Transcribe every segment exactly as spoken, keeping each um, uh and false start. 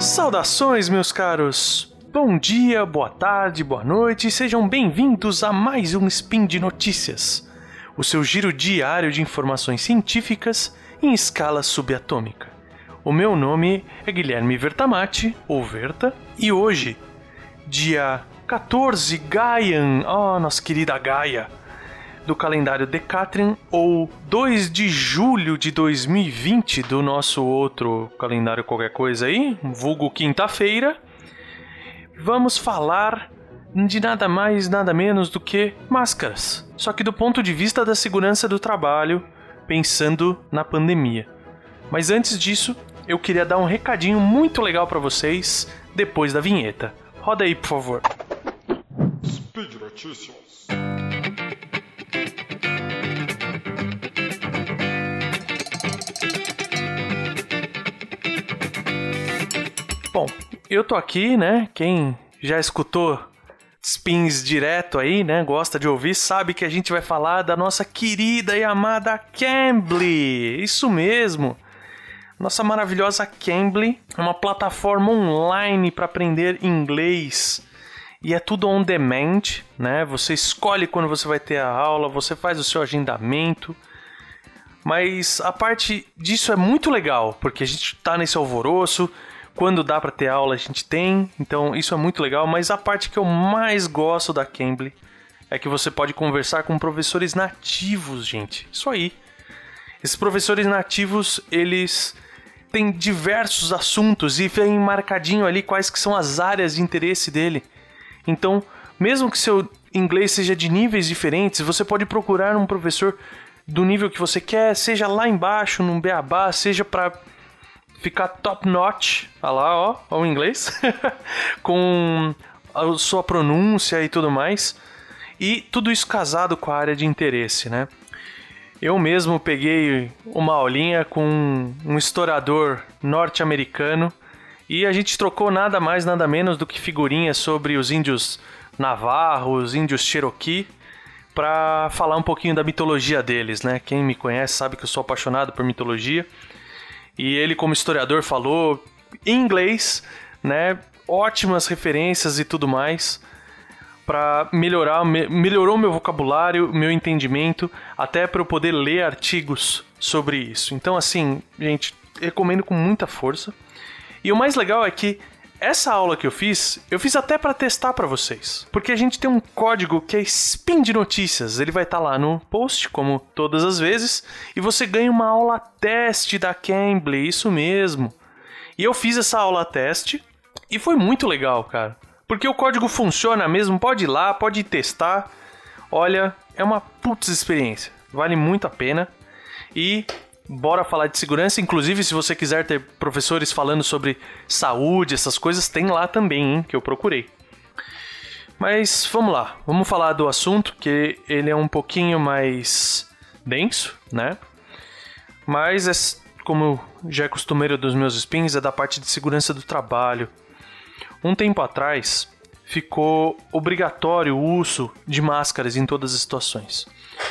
Saudações, meus caros! Bom dia, boa tarde, boa noite, sejam bem-vindos a mais um Spin de Notícias, o seu giro diário de informações científicas em escala subatômica. O meu nome é Guilherme Vertamati, ou Verta, e hoje, dia quatorze Gaian, oh, nossa querida Gaia, do calendário Decatrian, ou dois de julho de dois mil e vinte do nosso outro calendário qualquer coisa aí, vulgo quinta-feira, vamos falar de nada mais, nada menos do que máscaras. Só que do ponto de vista da segurança do trabalho, pensando na pandemia. Mas antes disso, eu queria dar um recadinho muito legal para vocês depois da vinheta. Roda aí, por favor. Speed Notícias. Bom, eu tô aqui, né? Quem já escutou spins direto aí, né? Gosta de ouvir, sabe que a gente vai falar da nossa querida e amada Cambly. Isso mesmo. Nossa maravilhosa Cambly é uma plataforma online para aprender inglês. E é tudo on demand, né? Você escolhe quando você vai ter a aula, você faz o seu agendamento. Mas a parte disso é muito legal, porque a gente tá nesse alvoroço. Quando dá para ter aula, a gente tem. Então, isso é muito legal. Mas a parte que eu mais gosto da Cambly é que você pode conversar com professores nativos, gente. Isso aí. Esses professores nativos, eles têm diversos assuntos e vem marcadinho ali quais que são as áreas de interesse dele. Então, mesmo que seu inglês seja de níveis diferentes, você pode procurar um professor do nível que você quer, seja lá embaixo, no beabá, seja para ficar top notch, olha lá, ó, ó o inglês, com a sua pronúncia e tudo mais, e tudo isso casado com a área de interesse, né? Eu mesmo peguei uma aulinha com um historiador norte-americano e a gente trocou nada mais, nada menos do que figurinhas sobre os índios navarros, índios cherokee, para falar um pouquinho da mitologia deles, né? Quem me conhece sabe que eu sou apaixonado por mitologia. E ele, como historiador, falou em inglês, né? Ótimas referências e tudo mais para melhorar, me, melhorou meu vocabulário, meu entendimento, até para eu poder ler artigos sobre isso. Então, assim, gente, recomendo com muita força. E o mais legal é que essa aula que eu fiz, eu fiz até para testar para vocês. Porque a gente tem um código que é Spin de Notícias. Ele vai estar tá lá no post, como todas as vezes. E você ganha uma aula teste da Cambly, isso mesmo. E eu fiz essa aula teste e foi muito legal, cara. Porque o código funciona mesmo, pode ir lá, pode testar. Olha, é uma putz experiência. Vale muito a pena. E bora falar de segurança, inclusive se você quiser ter professores falando sobre saúde, essas coisas, tem lá também, hein, que eu procurei. Mas vamos lá, vamos falar do assunto, que ele é um pouquinho mais denso, né? Mas, é, como já é costumeiro dos meus spins, é da parte de segurança do trabalho. Um tempo atrás, ficou obrigatório o uso de máscaras em todas as situações.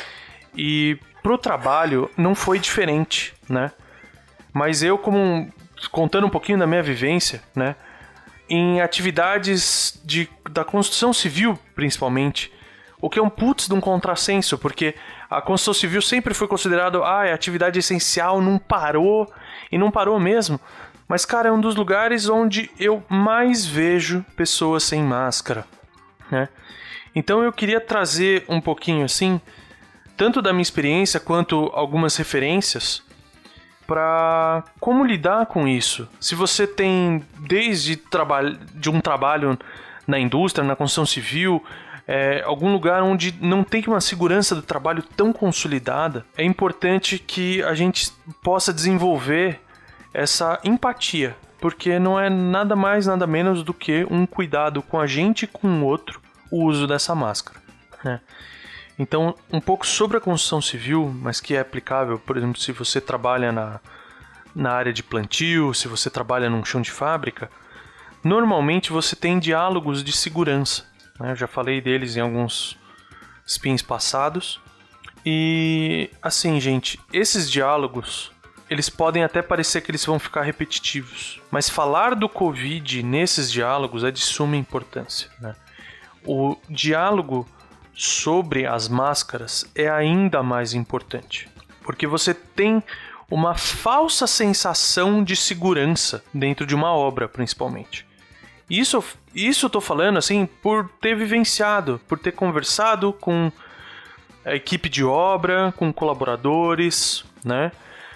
E pro trabalho não foi diferente, né? Mas eu, como contando um pouquinho da minha vivência, né? Em atividades de, da construção civil, principalmente, o que é um putz de um contrassenso, porque a construção civil sempre foi considerado, ah, é atividade essencial, não parou, e não parou mesmo. Mas, cara, é um dos lugares onde eu mais vejo pessoas sem máscara, né? Então eu queria trazer um pouquinho, assim, tanto da minha experiência quanto algumas referências para como lidar com isso. Se você tem desde traba- de um trabalho na indústria, na construção civil, é, algum lugar onde não tem uma segurança do trabalho tão consolidada, é importante que a gente possa desenvolver essa empatia, porque não é nada mais, nada menos do que um cuidado com a gente e com o outro, o uso dessa máscara, né? Então, um pouco sobre a construção civil, mas que é aplicável, por exemplo, se você trabalha na, na área de plantio, se você trabalha num chão de fábrica, normalmente você tem diálogos de segurança, né? Eu já falei deles em alguns spins passados. E, assim, gente, esses diálogos eles podem até parecer que eles vão ficar repetitivos. Mas falar do Covid nesses diálogos é de suma importância, né? O diálogo sobre as máscaras é ainda mais importante, porque você tem uma falsa sensação de segurança dentro de uma obra, principalmente. Isso, isso eu tô falando assim por ter vivenciado, por ter conversado com a equipe de obra, com colaboradores, né?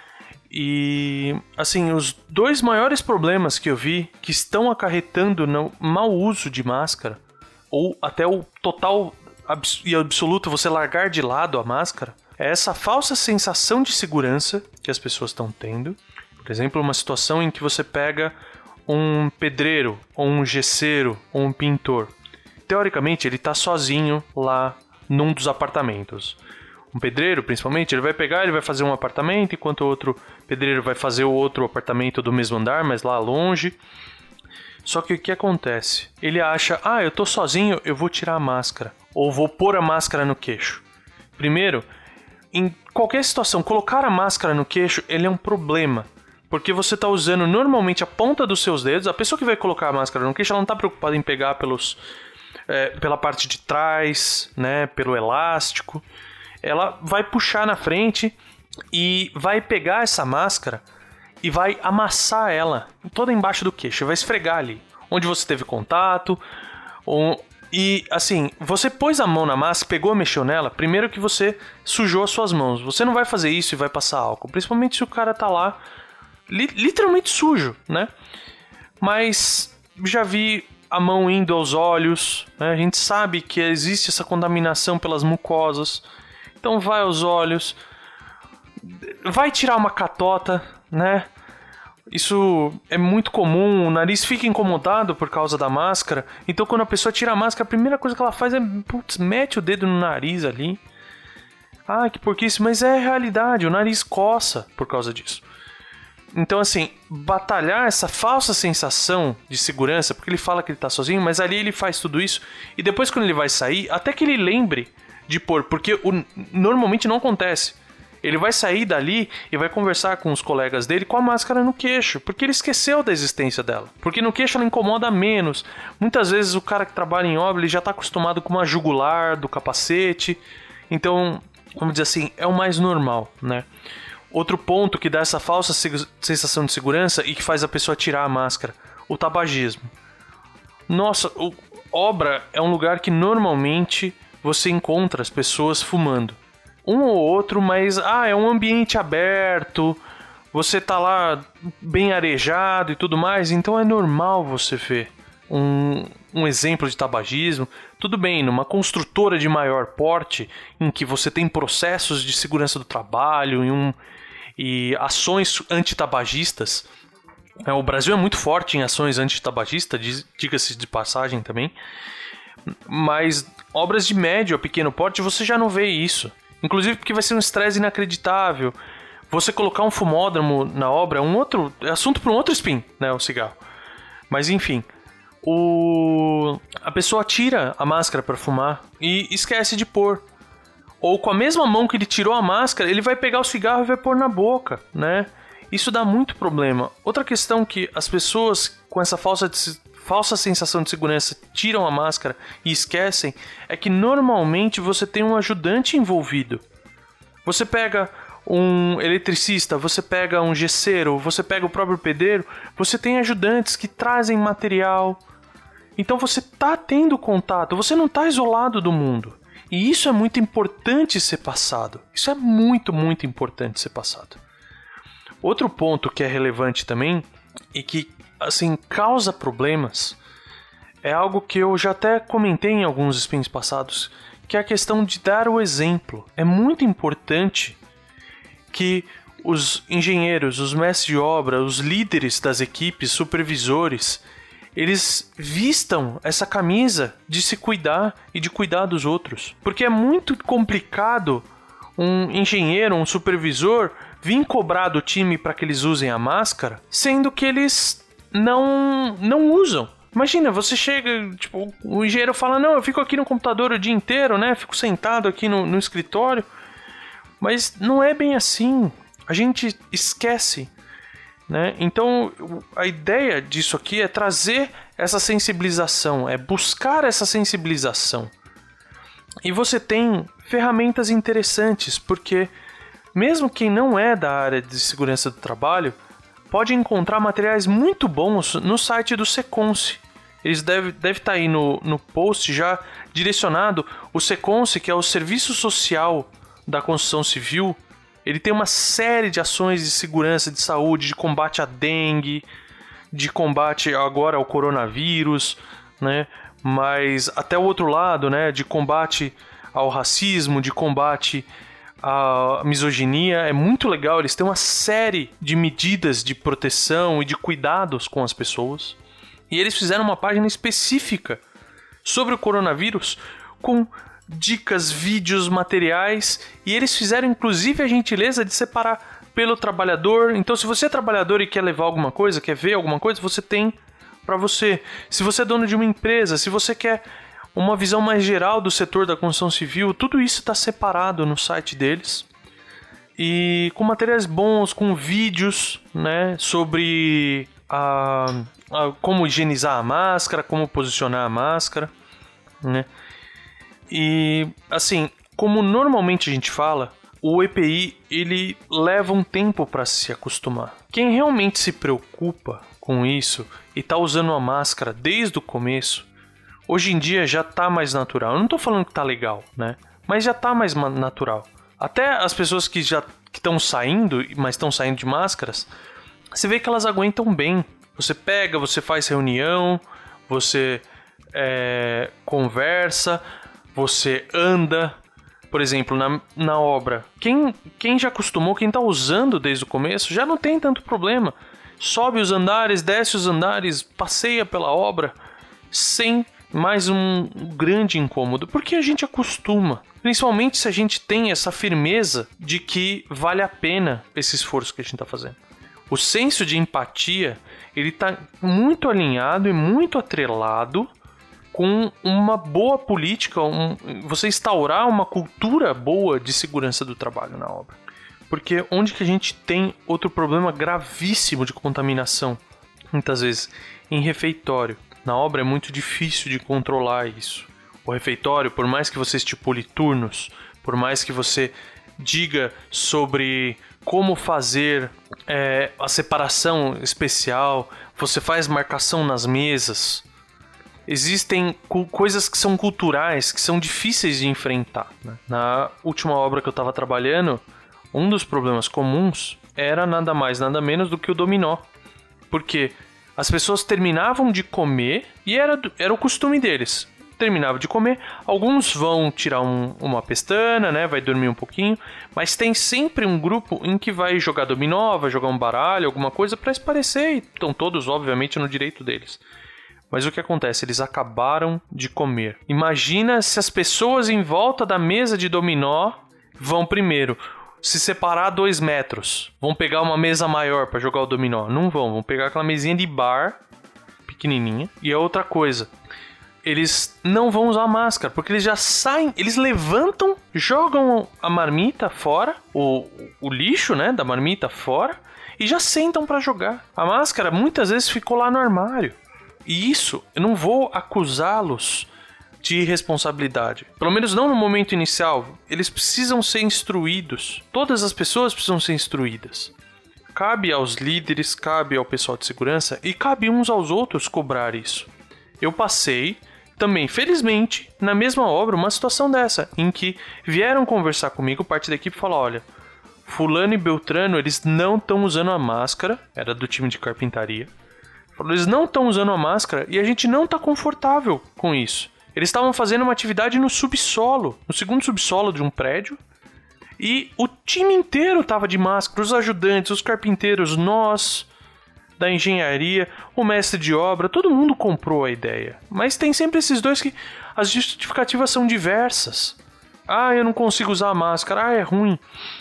E, assim, os dois maiores problemas que eu vi que estão acarretando no mau uso de máscara, ou até o total e absoluto você largar de lado a máscara, é essa falsa sensação de segurança que as pessoas estão tendo. Por exemplo, uma situação em que você pega um pedreiro, ou um gesseiro, ou um pintor. Teoricamente, ele está sozinho lá num dos apartamentos. Um pedreiro, principalmente, ele vai pegar, ele vai fazer um apartamento, enquanto o outro pedreiro vai fazer o outro apartamento do mesmo andar, mas lá longe. Só que o que acontece? Ele acha, ah, eu tô sozinho, eu vou tirar a máscara. Ou vou pôr a máscara no queixo. Primeiro, em qualquer situação, colocar a máscara no queixo, ele é um problema. Porque você está usando normalmente a ponta dos seus dedos. A pessoa que vai colocar a máscara no queixo, ela não está preocupada em pegar pelos, é, pela parte de trás, né, pelo elástico. Ela vai puxar na frente e vai pegar essa máscara e vai amassar ela toda embaixo do queixo. Vai esfregar ali, onde você teve contato. Ou, e assim, você pôs a mão na máscara, pegou, mexeu nela. Primeiro que você sujou as suas mãos. Você não vai fazer isso e vai passar álcool. Principalmente se o cara tá lá literalmente sujo, né? Mas já vi a mão indo aos olhos, né? A gente sabe que existe essa contaminação pelas mucosas. Então vai aos olhos, vai tirar uma catota, né? Isso é muito comum, o nariz fica incomodado por causa da máscara. Então quando a pessoa tira a máscara, a primeira coisa que ela faz é, putz, mete o dedo no nariz ali. Ah, que porquice, mas é a realidade, o nariz coça por causa disso. Então, assim, batalhar essa falsa sensação de segurança, porque ele fala que ele tá sozinho, mas ali ele faz tudo isso, e depois quando ele vai sair, até que ele lembre de pôr, porque o, normalmente não acontece. Ele vai sair dali e vai conversar com os colegas dele com a máscara no queixo, porque ele esqueceu da existência dela. Porque no queixo ela incomoda menos. Muitas vezes o cara que trabalha em obra, ele já tá acostumado com uma jugular do capacete, então, vamos dizer assim, é o mais normal, né? Outro ponto que dá essa falsa sensação de segurança e que faz a pessoa tirar a máscara, o tabagismo. Nossa, o, obra é um lugar que normalmente você encontra as pessoas fumando. Um ou outro, mas ah, é um ambiente aberto, você tá lá bem arejado e tudo mais, então é normal você ver um, um exemplo de tabagismo. Tudo bem, numa construtora de maior porte, em que você tem processos de segurança do trabalho e, um, e ações antitabagistas. O Brasil é muito forte em ações antitabagistas, diga-se de passagem também. Mas obras de médio a pequeno porte você já não vê isso. Inclusive porque vai ser um estresse inacreditável. Você colocar um fumódromo na obra é um outro é assunto para um outro spin, né, o cigarro. Mas enfim, o... a pessoa tira a máscara para fumar e esquece de pôr. Ou com a mesma mão que ele tirou a máscara, ele vai pegar o cigarro e vai pôr na boca, né? Isso dá muito problema. Outra questão que as pessoas com essa falsa, falsa sensação de segurança tiram a máscara e esquecem é que normalmente você tem um ajudante envolvido. Você pega um eletricista, você pega um gesseiro, você pega o próprio pedreiro, você tem ajudantes que trazem material. Então você está tendo contato, você não está isolado do mundo. E isso é muito importante ser passado. Isso é muito, muito importante ser passado. Outro ponto que é relevante também e que, assim, causa problemas é algo que eu já até comentei em alguns spins passados, que é a questão de dar o exemplo. É muito importante que os engenheiros, os mestres de obra, os líderes das equipes, supervisores, eles vistam essa camisa de se cuidar e de cuidar dos outros. Porque é muito complicado um engenheiro, um supervisor, vir cobrar do time para que eles usem a máscara, sendo que eles não, não usam. Imagina, você chega, tipo, o engenheiro fala, não, eu fico aqui no computador o dia inteiro, né? Fico sentado aqui no, no escritório. Mas não é bem assim. a gente esquece, né? Então, a ideia disso aqui é trazer essa sensibilização, é buscar essa sensibilização. E você tem ferramentas interessantes, porque mesmo quem não é da área de segurança do trabalho pode encontrar materiais muito bons no site do Seconce. Eles devem deve estar aí no, no post já direcionado. O Seconce, que é o Serviço Social da Construção Civil, ele tem uma série de ações de segurança, de saúde, de combate à dengue, de combate agora ao coronavírus, né? Mas até o outro lado, né? De combate ao racismo, de combate à misoginia. É muito legal, eles têm uma série de medidas de proteção e de cuidados com as pessoas. E eles fizeram uma página específica sobre o coronavírus com dicas, vídeos, materiais, e eles fizeram inclusive a gentileza de separar pelo trabalhador. Então, se você é trabalhador e quer levar alguma coisa, quer ver alguma coisa, você tem para você. Se você é dono de uma empresa, se você quer uma visão mais geral do setor da construção civil, tudo isso está separado no site deles. E com materiais bons, com vídeos, né, sobre a, a, como higienizar a máscara, como posicionar a máscara, né? E, assim, como normalmente a gente fala, o E P I, ele leva um tempo para se acostumar. Quem realmente se preocupa com isso e tá usando a máscara desde o começo, hoje em dia já tá mais natural. Eu não tô falando que tá legal, né? Mas já tá mais natural. Até as pessoas que já estão saindo, mas estão saindo de máscaras, você vê que elas aguentam bem. Você pega, você faz reunião, você é, conversa, você anda. Por exemplo, na, na obra, quem, quem já acostumou, quem está usando desde o começo, já não tem tanto problema. Sobe os andares, desce os andares, passeia pela obra, sem mais um grande incômodo, porque a gente acostuma. Principalmente se a gente tem essa firmeza de que vale a pena esse esforço que a gente está fazendo. O senso de empatia, ele está muito alinhado e muito atrelado com uma boa política, um, você instaurar uma cultura boa de segurança do trabalho na obra. Porque onde que a gente tem outro problema gravíssimo de contaminação? Muitas vezes em refeitório. Na obra é muito difícil de controlar isso. O refeitório, por mais que você estipule turnos, por mais que você diga sobre como fazer é, a separação especial, você faz marcação nas mesas. Existem coisas que são culturais, que são difíceis de enfrentar, né? Na última obra que eu estava trabalhando, um dos problemas comuns era nada mais, nada menos do que o dominó. Porque as pessoas terminavam de comer e era, era o costume deles. Terminava de comer, alguns vão tirar um, uma pestana, né? Vai dormir um pouquinho, mas tem sempre um grupo em que vai jogar dominó, vai jogar um baralho, alguma coisa para espairecer, e estão todos, obviamente, no direito deles. Mas o que acontece? Eles acabaram de comer. Imagina se as pessoas em volta da mesa de dominó vão primeiro se separar dois metros. Vão pegar uma mesa maior para jogar o dominó. Não vão. Vão pegar aquela mesinha de bar, pequenininha. E a outra coisa, eles não vão usar máscara, porque eles já saem, eles levantam, jogam a marmita fora, o, o lixo, né, da marmita fora, e já sentam para jogar. A máscara muitas vezes ficou lá no armário. E isso, eu não vou acusá-los de irresponsabilidade. Pelo menos não no momento inicial. Eles precisam ser instruídos. Todas as pessoas precisam ser instruídas. Cabe aos líderes, cabe ao pessoal de segurança e cabe uns aos outros cobrar isso. Eu passei também, felizmente, na mesma obra, uma situação dessa, em que vieram conversar comigo, parte da equipe falou, olha, fulano e beltrano, eles não estão usando a máscara, era do time de carpintaria. Eles não estão usando a máscara e a gente não está confortável com isso. Eles estavam fazendo uma atividade no subsolo, no segundo subsolo de um prédio, e o time inteiro estava de máscara, os ajudantes, os carpinteiros, nós da engenharia, o mestre de obra, todo mundo comprou a ideia. Mas tem sempre esses dois que as justificativas são diversas. Ah, eu não consigo usar a máscara, ah, é ruim.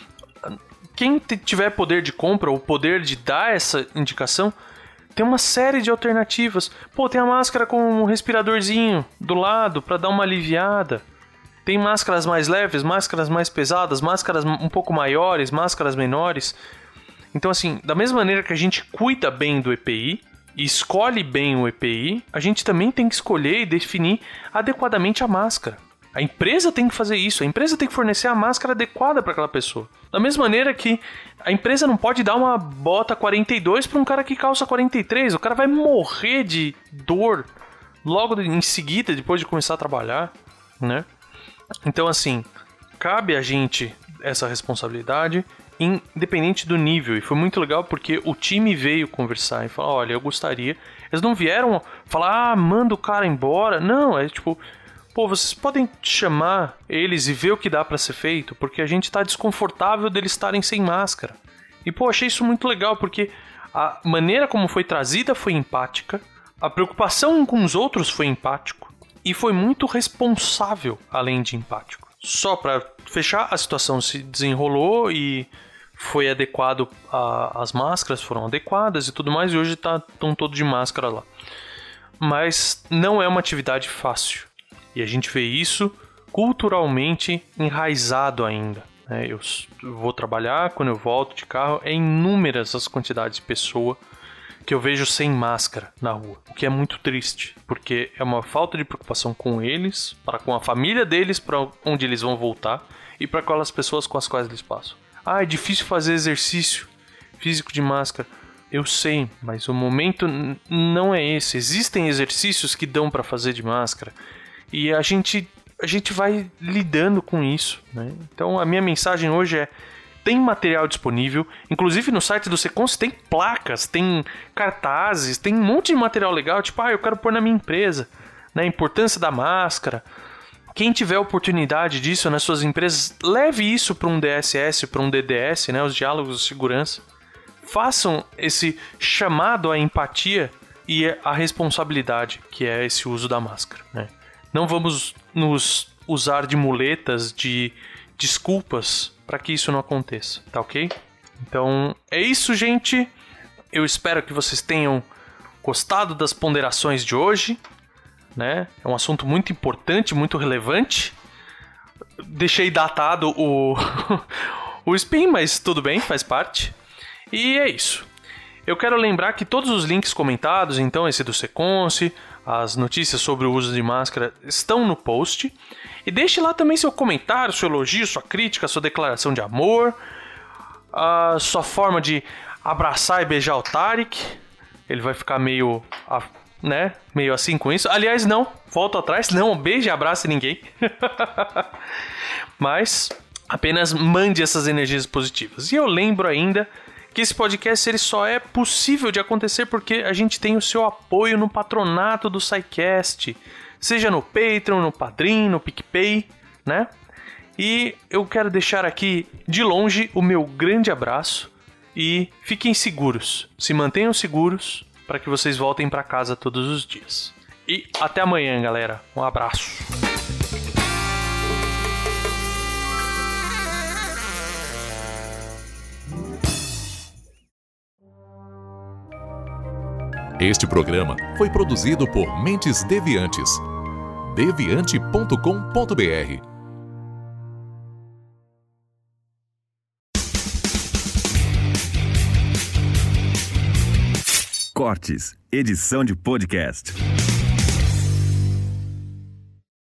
Quem tiver poder de compra ou poder de dar essa indicação, tem uma série de alternativas. Pô, tem a máscara com um respiradorzinho do lado para dar uma aliviada. Tem máscaras mais leves, máscaras mais pesadas, máscaras um pouco maiores, máscaras menores. Então, assim, da mesma maneira que a gente cuida bem do E P I e escolhe bem o E P I, a gente também tem que escolher e definir adequadamente a máscara. A empresa tem que fazer isso, a empresa tem que fornecer a máscara adequada para aquela pessoa. Da mesma maneira que a empresa não pode dar uma bota quarenta e dois para um cara que calça quarenta e três, o cara vai morrer de dor logo em seguida, depois de começar a trabalhar, né? Então, assim, cabe a gente essa responsabilidade, independente do nível. E foi muito legal porque o time veio conversar e falar, olha, eu gostaria... Eles não vieram falar, ah, manda o cara embora. Não, é tipo... Pô, vocês podem chamar eles e ver o que dá pra ser feito, porque a gente tá desconfortável deles estarem sem máscara. E, pô, achei isso muito legal, porque a maneira como foi trazida foi empática, a preocupação com os outros foi empático, e foi muito responsável, além de empático. Só pra fechar, a situação se desenrolou e foi adequado, a, as máscaras foram adequadas e tudo mais, e hoje estão tá, todos de máscara lá. Mas não é uma atividade fácil. E a gente vê isso culturalmente enraizado ainda. Né? Eu vou trabalhar, quando eu volto de carro, é inúmeras as quantidades de pessoa que eu vejo sem máscara na rua. O que é muito triste, porque é uma falta de preocupação com eles, para com a família deles, para onde eles vão voltar, e para aquelas pessoas com as quais eles passam. Ah, é difícil fazer exercício físico de máscara. Eu sei, mas o momento não é esse. Existem exercícios que dão para fazer de máscara. E a gente, a gente vai lidando com isso, né? Então a minha mensagem hoje é: tem material disponível, inclusive no site do Secons tem placas, tem cartazes, tem um monte de material legal, tipo, ah, eu quero pôr na minha empresa, né? A importância da máscara. Quem tiver oportunidade disso nas suas empresas, leve isso para um D S S, para um D D S, né? Os diálogos de segurança. Façam esse chamado à empatia e à responsabilidade, que é esse uso da máscara, né? Não vamos nos usar de muletas, de desculpas para que isso não aconteça, tá ok? Então é isso, gente. Eu espero que vocês tenham gostado das ponderações de hoje, né? É um assunto muito importante, muito relevante. Deixei datado o, o spin, mas tudo bem, faz parte. E é isso. Eu quero lembrar que todos os links comentados, então esse do Seconce, as notícias sobre o uso de máscara, estão no post. E deixe lá também seu comentário, seu elogio, sua crítica, sua declaração de amor, a sua forma de abraçar e beijar o Tarek. Ele vai ficar meio, né, meio assim com isso. Aliás, não, volto atrás, não beije e abrace ninguém. Mas apenas mande essas energias positivas. E eu lembro ainda que esse podcast ele só é possível de acontecer porque a gente tem o seu apoio no patronato do SciCast, seja no Patreon, no Padrim, no PicPay, né? E eu quero deixar aqui de longe o meu grande abraço e fiquem seguros, se mantenham seguros para que vocês voltem para casa todos os dias. E até amanhã, galera. Um abraço. Este programa foi produzido por Mentes Deviantes. deviante ponto com ponto b r. Cortes, edição de podcast.